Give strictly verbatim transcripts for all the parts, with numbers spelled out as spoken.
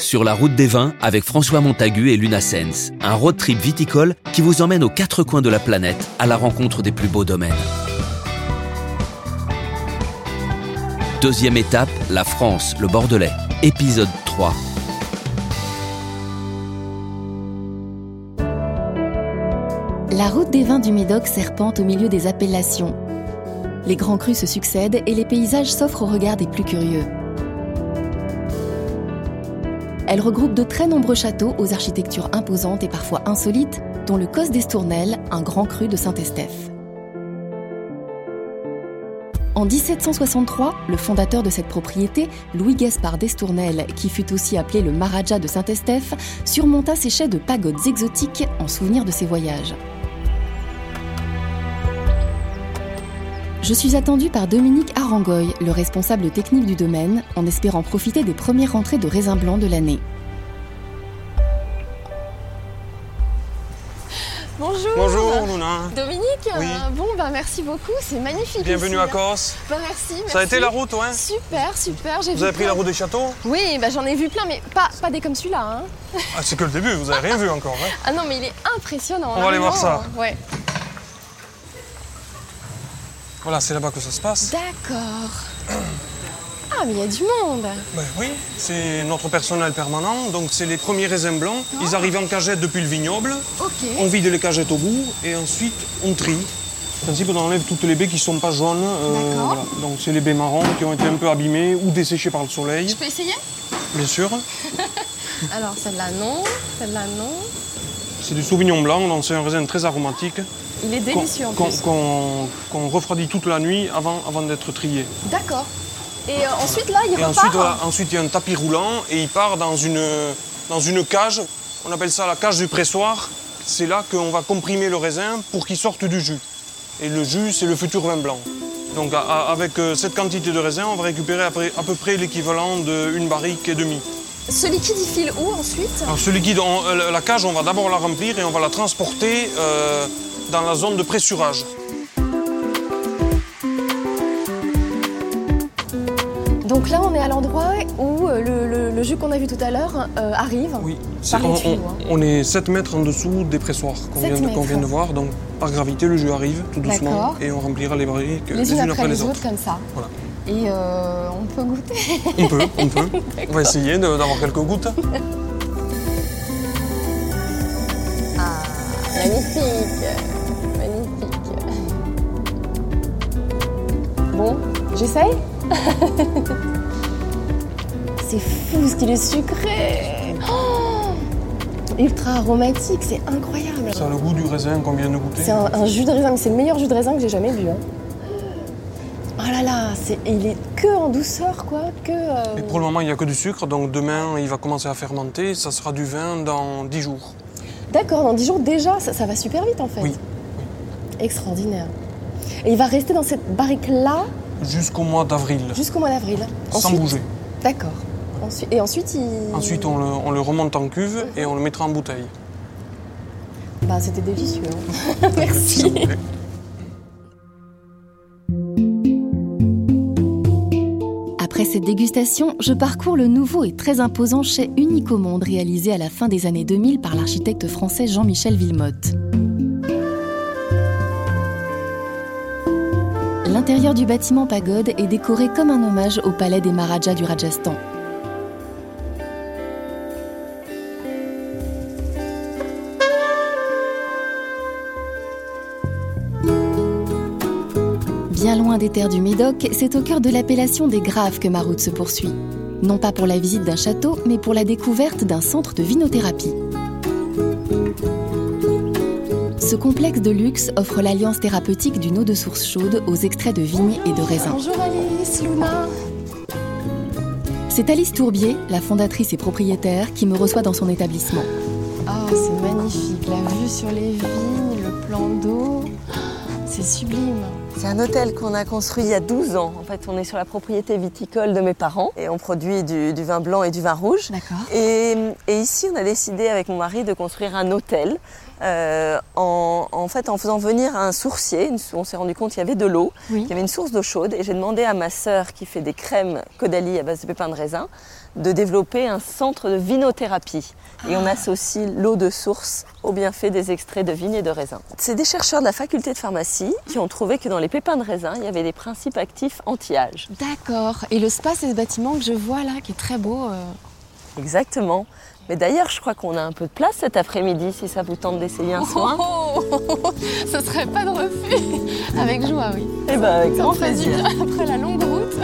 Sur la route des vins avec François Montagu et Luna Sens, un road trip viticole qui vous emmène aux quatre coins de la planète à la rencontre des plus beaux domaines. Deuxième étape, la France, le Bordelais. Épisode trois. La route des vins du Médoc serpente au milieu des appellations. Les grands crus se succèdent et les paysages s'offrent au regard des plus curieux. Elle regroupe de très nombreux châteaux aux architectures imposantes et parfois insolites, dont le Cos d'Estournel, un grand cru de Saint-Estèphe. En dix-sept cent soixante-trois, le fondateur de cette propriété, Louis-Gaspard d'Estournel, qui fut aussi appelé le Maharaja de Saint-Estèphe, surmonta ses chais de pagodes exotiques en souvenir de ses voyages. Je suis attendue par Dominique Arangoy, le responsable technique du domaine, en espérant profiter des premières rentrées de raisins blancs de l'année. Bonjour. Bonjour Luna. Dominique, oui. euh, bon bah merci beaucoup, c'est magnifique. Bienvenue ici, à Corse. Bah merci, merci. Ça a été la route, ouais. Super, super. J'ai Vous vu avez pris plein... la route des châteaux? Oui, bah j'en ai vu plein, mais pas, pas des comme celui-là. Hein. Ah, c'est que le début, vous avez rien vu encore. Hein. Ah non, mais il est impressionnant. On va aller voir ça. Ouais. Voilà, c'est là-bas que ça se passe. D'accord. Ah, mais il y a du monde. Ben oui, c'est notre personnel permanent, donc c'est les premiers raisins blancs. Oh. Ils arrivent en cagette depuis le vignoble. Ok. On vide les cagettes au bout et ensuite on trie. En principe, on enlève toutes les baies qui ne sont pas jaunes. Euh, D'accord. Voilà. Donc c'est les baies marrons qui ont été un peu abîmées ou desséchées par le soleil. Je peux essayer? Bien sûr. Alors celle-là non, celle-là non. C'est du Sauvignon blanc, donc c'est un raisin très aromatique. Il est délicieux en Qu'on plus. qu'on qu'on refroidit toute la nuit avant, avant d'être trié. D'accord. Et euh, ensuite là, il Et repart. ensuite, voilà, ensuite, il y a un tapis roulant et il part dans une, dans une cage. On appelle ça la cage du pressoir. C'est là qu'on va comprimer le raisin pour qu'il sorte du jus. Et le jus, c'est le futur vin blanc. Donc à, à, avec cette quantité de raisin, on va récupérer à peu, à peu près l'équivalent d'une barrique et demie. Ce liquide, il file où ensuite? Alors ce liquide, on, la cage, on va d'abord la remplir et on va la transporter euh, dans la zone de pressurage. Donc là, on est à l'endroit où euh, le, le, le jus qu'on a vu tout à l'heure euh, arrive. Oui, par on, les tuyaux, on, hein. on est sept mètres en dessous des pressoirs qu'on vient, de- qu'on vient de voir. Donc par gravité, le jus arrive tout doucement D'accord. et on remplira les barriques les, Les unes unes après, les autres. autres, comme ça. Voilà. Et euh, on peut goûter. On peut, on peut. On va essayer de- d'avoir quelques gouttes. Ah, magnifique, magnifique. Bon, j'essaye. C'est fou ce qu'il est sucré. Oh, ultra aromatique, c'est incroyable. Ça a le goût du raisin qu'on vient de goûter. C'est un, un jus de raisin, mais c'est le meilleur jus de raisin que j'ai jamais bu. Hein. Oh là là, c'est, il est que en douceur, quoi. Que, euh... Et pour le moment, il n'y a que du sucre, donc demain, il va commencer à fermenter. Ça sera du vin dans dix jours. D'accord, dans dix jours déjà, ça, ça va super vite en fait. Oui. Extraordinaire. Et il va rester dans cette barrique-là Jusqu'au mois d'avril, jusqu'au mois d'avril. sans Ensuite- bouger. D'accord. Ensuite, et ensuite, il... Ensuite, on le, on le remonte en cuve et on le mettra en bouteille. Bah, c'était délicieux. hein. S'il Merci. vous plaît. Après cette dégustation, je parcours le nouveau et très imposant chai unique au monde réalisé à la fin des années deux mille par l'architecte français Jean-Michel Villemotte. L'intérieur du bâtiment pagode est décoré comme un hommage au palais des Maharajas du Rajasthan. Bien loin des terres du Médoc, c'est au cœur de l'appellation des Graves que ma route se poursuit. Non pas pour la visite d'un château, mais pour la découverte d'un centre de vinothérapie. Ce complexe de luxe offre l'alliance thérapeutique d'une eau de source chaude aux extraits de vigne et de raisin. Bonjour Alice, Luna. C'est Alice Tourbier, la fondatrice et propriétaire, qui me reçoit dans son établissement. Ah, c'est magnifique. La vue sur les vignes, le plan d'eau. C'est sublime. C'est un hôtel qu'on a construit il y a douze ans. En fait, on est sur la propriété viticole de mes parents et on produit du, du vin blanc et du vin rouge. D'accord. Et, et ici, on a décidé avec mon mari de construire un hôtel euh, en, en fait en faisant venir un sourcier. On s'est rendu compte qu'il y avait de l'eau, Oui. qu'il y avait une source d'eau chaude et j'ai demandé à ma sœur qui fait des crèmes Caudalie à base de pépins de raisin de développer un centre de vinothérapie. Et on associe l'eau de source aux bienfaits des extraits de vigne et de raisin. C'est des chercheurs de la faculté de pharmacie qui ont trouvé que dans les pépins de raisin, il y avait des principes actifs anti-âge. D'accord. Et le spa, c'est ce bâtiment que je vois là, qui est très beau. euh. Exactement. Mais d'ailleurs, je crois qu'on a un peu de place cet après-midi, si ça vous tente d'essayer un soin. Oh, oh, oh, ce serait pas de refus. Avec joie, oui. Eh ben, avec grand Ça me fait du plaisir. bien après la longue route.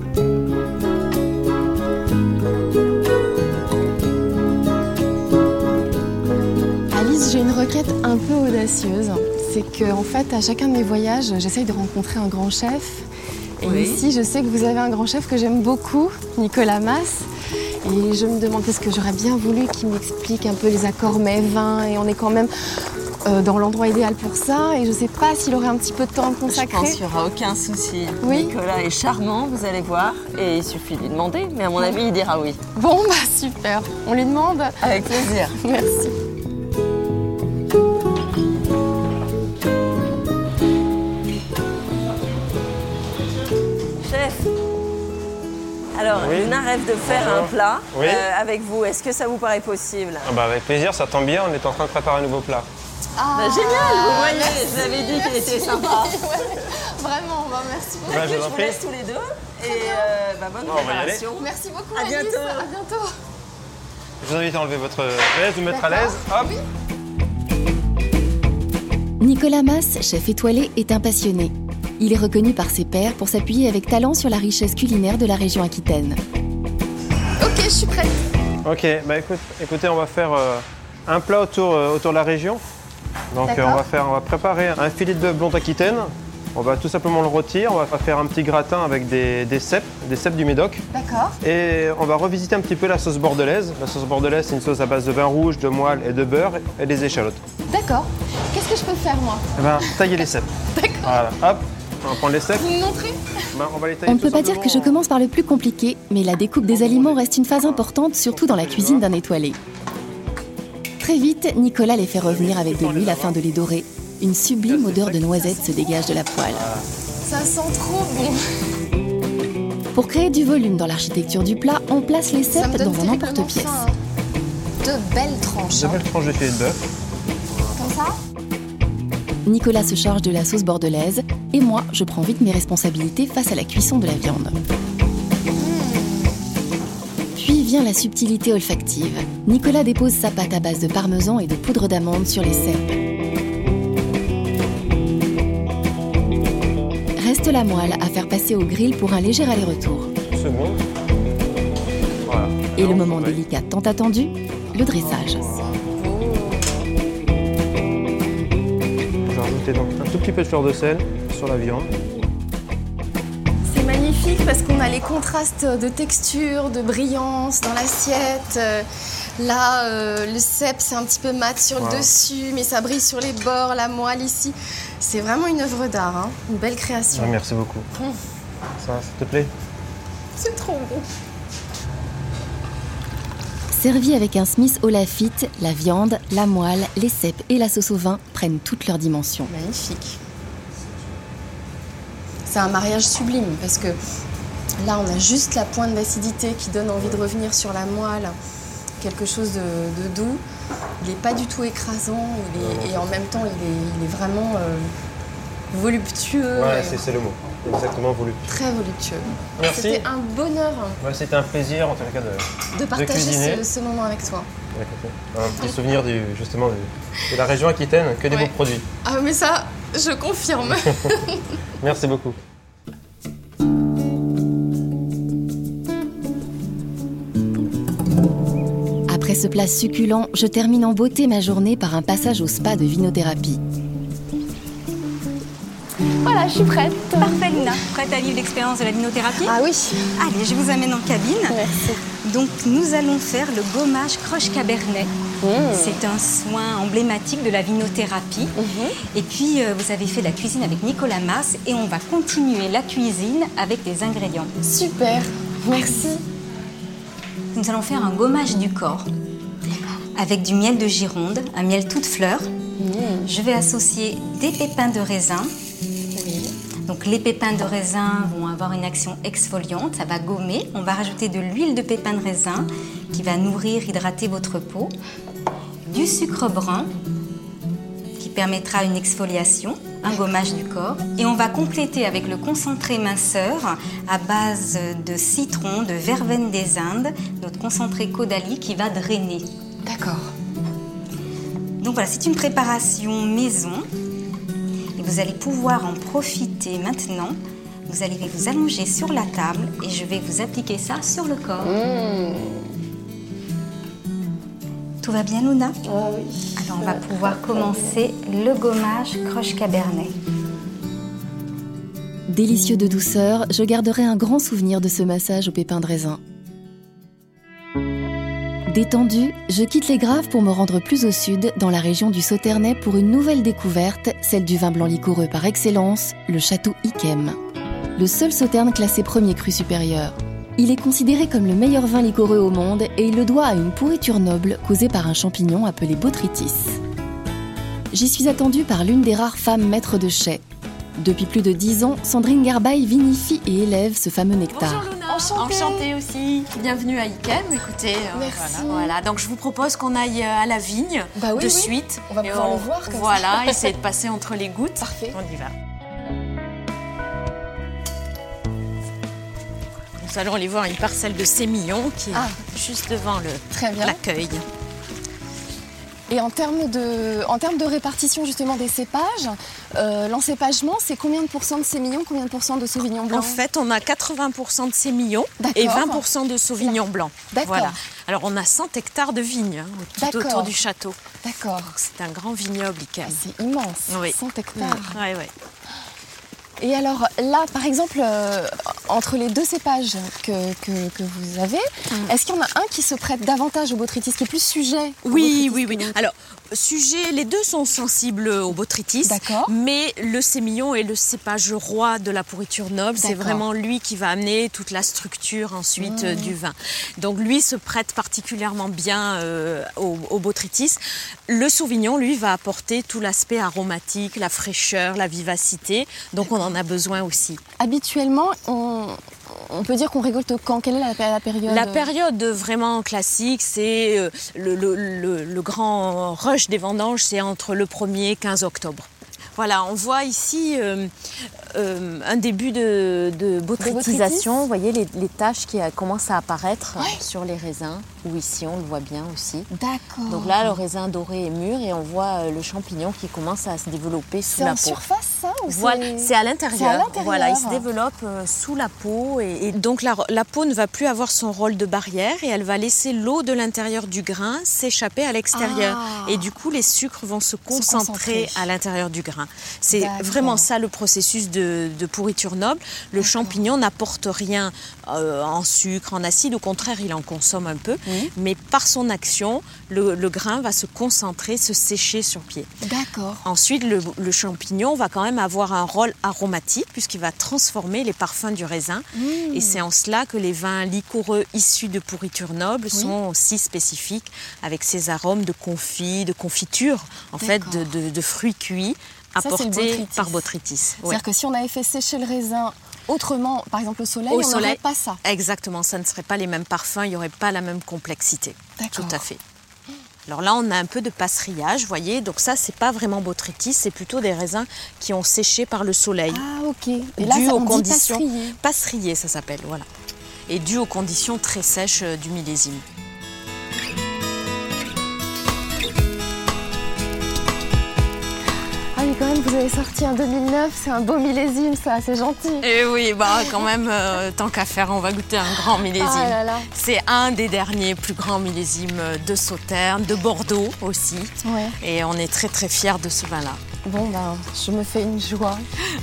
Alice, j'ai une requête un peu audacieuse. C'est que, en fait, à chacun de mes voyages, j'essaye de rencontrer un grand chef. Et Oui. ici, je sais que vous avez un grand chef que j'aime beaucoup, Nicolas Mas. Et je me demande, est-ce que j'aurais bien voulu qu'il m'explique un peu les accords mets-vins. Et on est quand même euh, dans l'endroit idéal pour ça. Et je ne sais pas s'il aurait un petit peu de temps à me Je consacrer. pense qu'il n'y aura aucun souci. Oui. Nicolas est charmant, vous allez voir. Et il suffit de lui demander. Mais à mon avis, il dira oui. Bon, bah super. On lui demande. Avec plaisir. Merci. Chef, alors Oui. Luna rêve de faire Bonjour. un plat Oui. euh, avec vous. Est-ce que ça vous paraît possible? Ah bah avec plaisir, ça tombe bien, on est en train de préparer un nouveau plat. Ah, Bah, génial, vous voyez, je vous avais dit qu'il était sympa. Vraiment, bah, merci beaucoup. Bah, je vous Je en vous prie. laisse tous les deux et euh, bah, bonne Bon, on va y aller. préparation. Merci beaucoup, À Alice. bientôt. À bientôt. Je vous invite à enlever votre veste, vous mettre à l'aise. Hop. Nicolas Mas, chef étoilé, est un passionné. Il est reconnu par ses pairs pour s'appuyer avec talent sur la richesse culinaire de la région aquitaine. Ok, je suis prête. Ok, bah écoute, écoutez, on va faire euh, un plat autour, euh, autour de la région. Donc euh, on va faire, on va préparer un filet de bœuf blonde aquitaine. On va tout simplement le rôtir. On va faire un petit gratin avec des, des cèpes, des cèpes du Médoc. D'accord. Et on va revisiter un petit peu la sauce bordelaise. La sauce bordelaise, c'est une sauce à base de vin rouge, de moelle et de beurre et des échalotes. D'accord. Qu'est-ce que je peux faire, moi? Eh ben, tailler les cèpes. D'accord. Voilà, hop, on va prendre les cèpes. Vous me montrez? Ben, on va les tailler On ne tout peut pas dire que je simplement. commence par le plus compliqué, mais la découpe des aliments reste une phase importante, surtout dans la cuisine d'un étoilé. Très vite, Nicolas les fait revenir avec de l'huile afin de les dorer. Une sublime odeur de noisettes se dégage de la poêle. Ça sent trop bon. Pour créer du volume dans l'architecture du plat, on place les Ça me cèpes donne dans un terriblement emporte-pièce. faim, hein. De belles tranches. Deux hein. belles tranches de filet de bœuf. Comme ça? Nicolas se charge de la sauce bordelaise et moi, je prends vite mes responsabilités face à la cuisson de la viande. Puis vient la subtilité olfactive. Nicolas dépose sa pâte à base de parmesan et de poudre d'amande sur les cèpes. Reste la moelle à faire passer au grill pour un léger aller-retour. Une seconde. Voilà. Et le on moment surveille. délicat tant attendu, le dressage. Je vais rajouter donc un tout petit peu de fleur de sel sur la viande. C'est magnifique parce qu'on a les contrastes de texture, de brillance dans l'assiette. Euh, Là, euh, le cèpe, c'est un petit peu mat sur le Wow. dessus, mais ça brille sur les bords, la moelle ici. C'est vraiment une œuvre d'art, hein, une belle création. Ouais, merci beaucoup. Mmh. Ça, ça te plaît? C'est trop bon. Servi avec un Smith au Lafitte, la viande, la moelle, les cèpes et la sauce au vin prennent toutes leurs dimensions. Magnifique. C'est un mariage sublime parce que là, on a juste la pointe d'acidité qui donne envie de revenir sur la moelle. Quelque chose de, de doux. Il n'est pas du tout écrasant il est, et en même temps, il est, il est vraiment euh, voluptueux. Ouais, et c'est c'est le mot. Exactement voulu. très voluptueux. Merci. C'était un bonheur Ouais, c'était un plaisir en tout cas de, de partager cuisiner. ce, ce moment avec toi. un petit souvenir du, justement du- de la région aquitaine, que des Ouais. beaux produits. Ah mais ça, je confirme. Merci beaucoup. Après ce plat succulent, je termine en beauté ma journée par un passage au spa de vinothérapie. Voilà, je suis prête. Parfait, Luna. Prête à vivre l'expérience de la vinothérapie? Ah oui. Allez, je vous amène en cabine. Merci. Donc, nous allons faire le gommage croche cabernet. C'est un soin emblématique de la vinothérapie. Et puis, euh, vous avez fait de la cuisine avec Nicolas Mas et on va continuer la cuisine avec des ingrédients. Super. Merci. Nous allons faire un gommage du corps avec du miel de Gironde, un miel toute fleur. Je vais associer des pépins de raisin. Oui. Donc, les pépins de raisin vont avoir avoir une action exfoliante, ça va gommer. On va rajouter de l'huile de pépins de raisin qui va nourrir, hydrater votre peau. Du sucre brun qui permettra une exfoliation, un gommage du corps. Et on va compléter avec le concentré minceur à base de citron, de verveine des Indes, notre concentré Caudalie qui va drainer. D'accord. Donc voilà, c'est une préparation maison. Et vous allez pouvoir en profiter maintenant. Vous allez vous allonger sur la table et je vais vous appliquer ça sur le corps. Mmh. Tout va bien, Luna? Ah oui. Alors, on va pouvoir commencer le gommage Croche Cabernet. Délicieux de douceur, je garderai un grand souvenir de ce massage au pépin de raisin. Détendue, je quitte les Graves pour me rendre plus au sud, dans la région du Sauternais, pour une nouvelle découverte, celle du vin blanc liquoreux par excellence, le château Yquem. Le seul Sauterne classé premier cru supérieur. Il est considéré comme le meilleur vin liquoreux au monde et il le doit à une pourriture noble causée par un champignon appelé botrytis. J'y suis attendue par l'une des rares femmes maîtres de chai. Depuis plus de dix ans, Sandrine Garbaille vinifie et élève ce fameux nectar. Bonjour Luna. Enchantée. Enchantée aussi. Bienvenue à Yquem. Écoutez, euh, Merci. Voilà, voilà. Donc je vous propose qu'on aille à la vigne Bah oui, de oui. suite. On va Et pouvoir on- le voir comme Voilà, ça. essayer de passer entre les gouttes. Parfait. On y va. Nous allons aller voir une parcelle de sémillon qui est Ah. juste devant le Très bien. l'accueil. Et en termes de, en termes de répartition justement des cépages, euh, l'encépagement, c'est combien de pourcents de sémillon, combien de pourcents de sauvignon blanc? En fait, on a quatre-vingts pour cent de sémillon D'accord. et vingt pour cent de sauvignon blanc. D'accord. Voilà. Alors on a cent hectares de vignes hein, tout D'accord. autour du château. D'accord. C'est un grand vignoble, Yquem. Ah, c'est immense, Oui. cent hectares. Ouais, ouais. Et alors là, par exemple, euh, entre les deux cépages que, que, que vous avez, est-ce qu'il y en a un qui se prête davantage au botrytis, qui est plus sujet au Oui, botrytis oui, que oui. l'autre? Alors, sujet, les deux sont sensibles au botrytis. D'accord. Mais le sémillon est le cépage roi de la pourriture noble. C'est D'accord. vraiment lui qui va amener toute la structure ensuite euh, du vin. Donc lui se prête particulièrement bien euh, au, au botrytis. Le sauvignon, lui, va apporter tout l'aspect aromatique, la fraîcheur, la vivacité. Donc on en a besoin aussi. Habituellement, on, on peut dire qu'on récolte quand? Quelle est la, la période? La période vraiment classique, c'est euh, le, le- le- le grand rush des vendanges, c'est entre le premier et quinze octobre. Voilà, on voit ici euh, euh, un début de, de botrytisation. Vous voyez les, les taches qui euh, commencent à apparaître Ouais. euh, sur les raisins, ou ici on le voit bien aussi. D'accord. Donc là, le raisin doré est mûr et on voit euh, le champignon qui commence à se développer sous c'est la en peau. surface, ça ou Voilà, c'est... c'est à l'intérieur. C'est à l'intérieur. Voilà, il se développe euh, sous la peau et, et donc la, la peau ne va plus avoir son rôle de barrière et elle va laisser l'eau de l'intérieur du grain s'échapper à l'extérieur. Ah. Et du coup, les sucres vont se concentrer concentrer. à l'intérieur du grain. C'est D'accord. vraiment ça le processus de, de pourriture noble. Le champignon n'apporte rien euh, en sucre, en acide. Au contraire, il en consomme un peu. Oui. Mais par son action, le, le grain va se concentrer, se sécher sur pied. D'accord. Ensuite, le, le champignon va quand même avoir un rôle aromatique puisqu'il va transformer les parfums du raisin. Mmh. Et c'est en cela que les vins liquoreux issus de pourriture noble sont aussi spécifiques avec ces arômes de confit, de confiture, en fait, de, de- de fruits cuits c'est le apportés botrytis. par botrytis. Ouais. C'est-à-dire que si on avait fait sécher le raisin autrement, par exemple au soleil, Au on soleil. n'aurait pas ça. Exactement, ça ne serait pas les mêmes parfums, il n'y aurait pas la même complexité. D'accord. Tout à fait. Alors là, on a un peu de passerillage, vous voyez. Donc ça, c'est pas vraiment botrytis, c'est plutôt des raisins qui ont séché par le soleil. Ah, ok. Et là, dû ça, aux on dit conditions passeriller. passerillé, ça s'appelle, voilà. Et dû aux conditions très sèches euh, du millésime. Ah oui, quand même, vous avez sorti un deux mille neuf, c'est un beau millésime, ça, c'est gentil. Et oui, bah quand même, euh, tant qu'à faire, on va goûter un grand millésime. Ah là là. C'est un des derniers plus grands millésimes de Sauternes, de Bordeaux aussi. Ouais. Et on est très très fiers de ce vin-là. Bon, ben, je me fais une joie.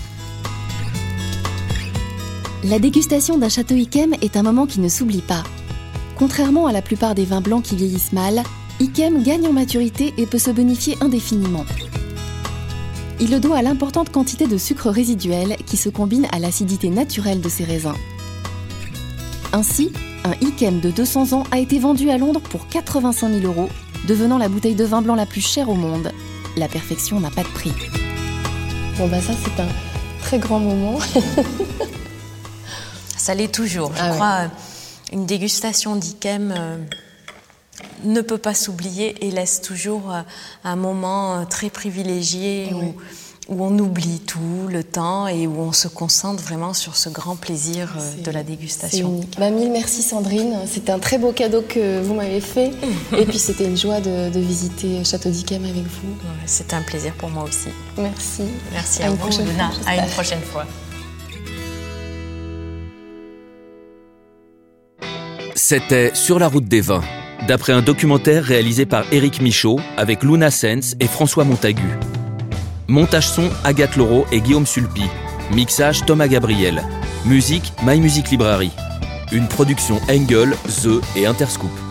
La dégustation d'un château Yquem est un moment qui ne s'oublie pas. Contrairement à la plupart des vins blancs qui vieillissent mal, Yquem gagne en maturité et peut se bonifier indéfiniment. Il le doit à l'importante quantité de sucre résiduel qui se combine à l'acidité naturelle de ses raisins. Ainsi, un Yquem de deux cents ans a été vendu à Londres pour quatre-vingt-cinq mille euros, devenant la bouteille de vin blanc la plus chère au monde. La perfection n'a pas de prix. Bon, bah ça, c'est un très grand moment. Ça l'est toujours. Je Ah crois ouais. euh, une dégustation d'Yquem euh, ne peut pas s'oublier et laisse toujours euh, un moment euh, très privilégié Oui. où, où on oublie tout le temps et où on se concentre vraiment sur ce grand plaisir euh, C'est- de la C'est dégustation. unique. Bah, mille merci Sandrine, c'était un très beau cadeau que vous m'avez fait. Et puis c'était une joie de, de visiter Château d'Yquem avec vous. Ouais, C'était un plaisir pour moi aussi. Merci. Merci À à, une vous, prochaine Luna. fois, À une j'espère. prochaine fois. C'était Sur la route des vins, d'après un documentaire réalisé par Éric Michaud avec Luna Sens et François Montagu. Montage son, Agathe Laureau et Guillaume Sulpi. Mixage, Thomas Gabriel. Musique, My Music Library. Une production Engel, The et Interscoop.